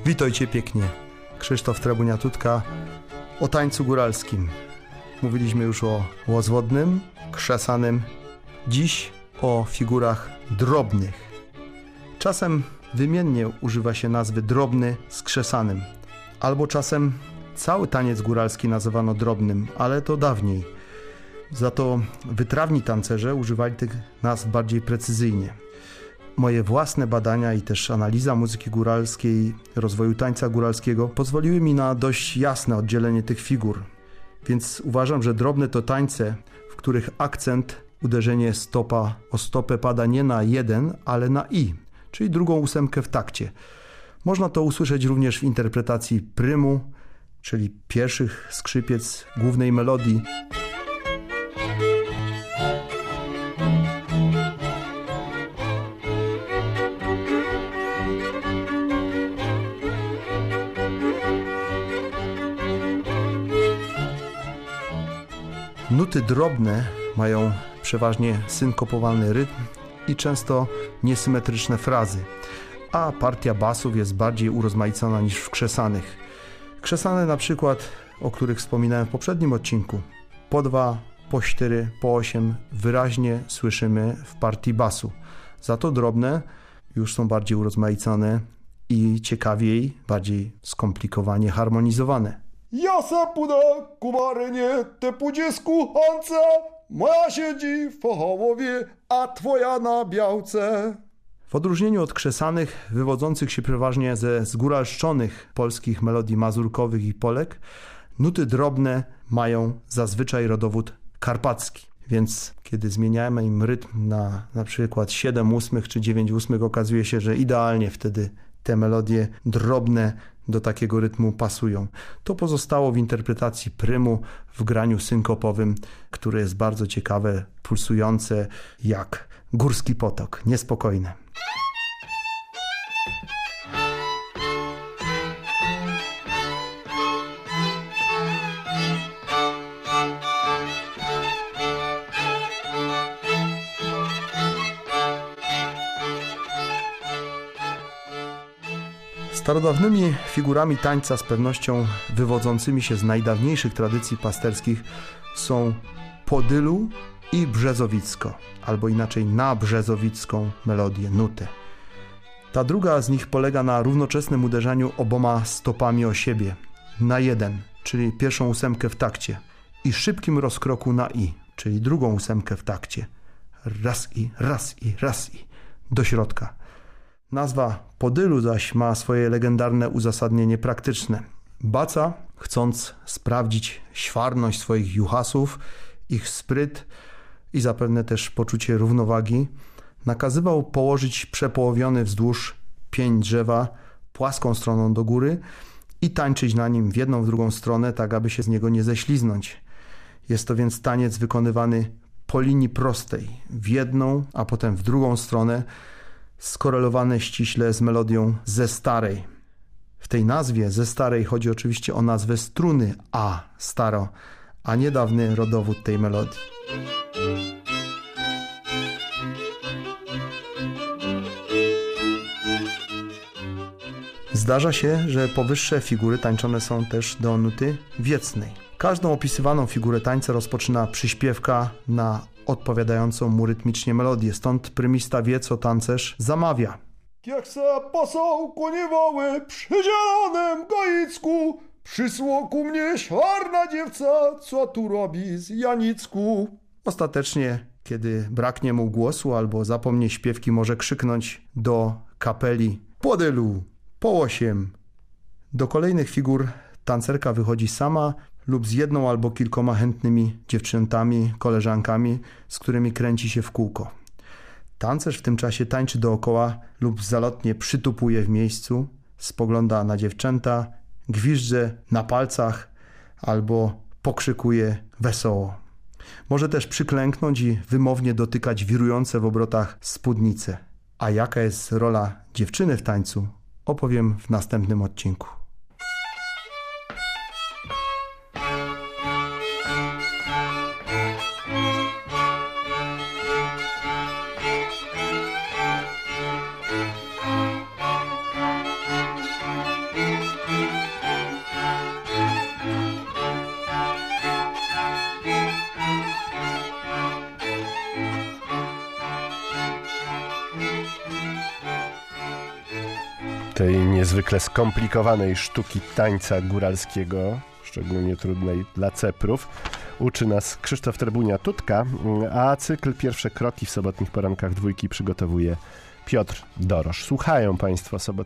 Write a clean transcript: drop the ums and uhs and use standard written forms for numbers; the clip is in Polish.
Witajcie pięknie. Krzysztof Trebuniatutka o tańcu góralskim. Mówiliśmy już o łozwodnym, krzesanym. Dziś o figurach drobnych. Czasem wymiennie używa się nazwy drobny z krzesanym. Albo czasem cały taniec góralski nazywano drobnym, ale to dawniej. Za to wytrawni tancerze używali tych nazw bardziej precyzyjnie. Moje własne badania i też analiza muzyki góralskiej, rozwoju tańca góralskiego pozwoliły mi na dość jasne oddzielenie tych figur. Więc uważam, że drobne to tańce, w których akcent, uderzenie stopa o stopę pada nie na jeden, ale na i, czyli drugą ósemkę w takcie. Można to usłyszeć również w interpretacji prymu, czyli pierwszych skrzypiec głównej melodii. Nuty drobne mają przeważnie synkopowany rytm i często niesymetryczne frazy, a partia basów jest bardziej urozmaicona niż w krzesanych. Krzesane na przykład, o których wspominałem w poprzednim odcinku, po 2, po 4, po 8 wyraźnie słyszymy w partii basu. Za to drobne już są bardziej urozmaicone i ciekawiej, bardziej skomplikowanie harmonizowane. Ja se pójdę, kumarynie, te pójdzie z kuchance, moja siedzi w Fachołowie, a twoja na Białce. W odróżnieniu od krzesanych, wywodzących się przeważnie ze zgóralszczonych polskich melodii mazurkowych i Polek, nuty drobne mają zazwyczaj rodowód karpacki. Więc kiedy zmieniamy im rytm na przykład 7/8 czy 9/8, okazuje się, że idealnie wtedy te melodie drobne do takiego rytmu pasują. To pozostało w interpretacji prymu, w graniu synkopowym, które jest bardzo ciekawe, pulsujące jak górski potok, niespokojne. Starodawnymi figurami tańca, z pewnością wywodzącymi się z najdawniejszych tradycji pasterskich, są podylu i brzezowicko, albo inaczej na brzezowicką melodię, nutę. Ta druga z nich polega na równoczesnym uderzaniu oboma stopami o siebie, na jeden, czyli pierwszą ósemkę w takcie, i szybkim rozkroku na i, czyli drugą ósemkę w takcie. Raz i, raz i, raz i, do środka. Nazwa podylu zaś ma swoje legendarne uzasadnienie praktyczne. Baca, chcąc sprawdzić świarność swoich juchasów, ich spryt i zapewne też poczucie równowagi, nakazywał położyć przepołowiony wzdłuż pień drzewa płaską stroną do góry i tańczyć na nim w jedną, w drugą stronę, tak aby się z niego nie ześliznąć. Jest to więc taniec wykonywany po linii prostej, w jedną, a potem w drugą stronę, skorelowane ściśle z melodią ze starej. W tej nazwie ze starej chodzi oczywiście o nazwę struny a, staro, a nie dawny rodowód tej melodii. Zdarza się, że powyższe figury tańczone są też do nuty wiecnej. Każdą opisywaną figurę tańca rozpoczyna przyśpiewka na odpowiadającą mu rytmicznie melodię, stąd prymista wie, co tancerz zamawia. Jak se pasał koniewały przy zielonym goicku, przysło ku mnie świarna dziewca, co tu robi z Janicku. Ostatecznie, kiedy braknie mu głosu albo zapomnie śpiewki, może krzyknąć do kapeli podylu, po 8. Do kolejnych figur tancerka wychodzi sama lub z jedną albo kilkoma chętnymi dziewczętami, koleżankami, z którymi kręci się w kółko. Tancerz w tym czasie tańczy dookoła lub zalotnie przytupuje w miejscu, spogląda na dziewczęta, gwizdże na palcach albo pokrzykuje wesoło. Może też przyklęknąć i wymownie dotykać wirujące w obrotach spódnice. A jaka jest rola dziewczyny w tańcu, opowiem w następnym odcinku. Tej niezwykle skomplikowanej sztuki tańca góralskiego, szczególnie trudnej dla ceprów, uczy nas Krzysztof Trebunia-Tutka, a cykl Pierwsze kroki w sobotnich porankach Dwójki przygotowuje Piotr Dorosz. Słuchają Państwo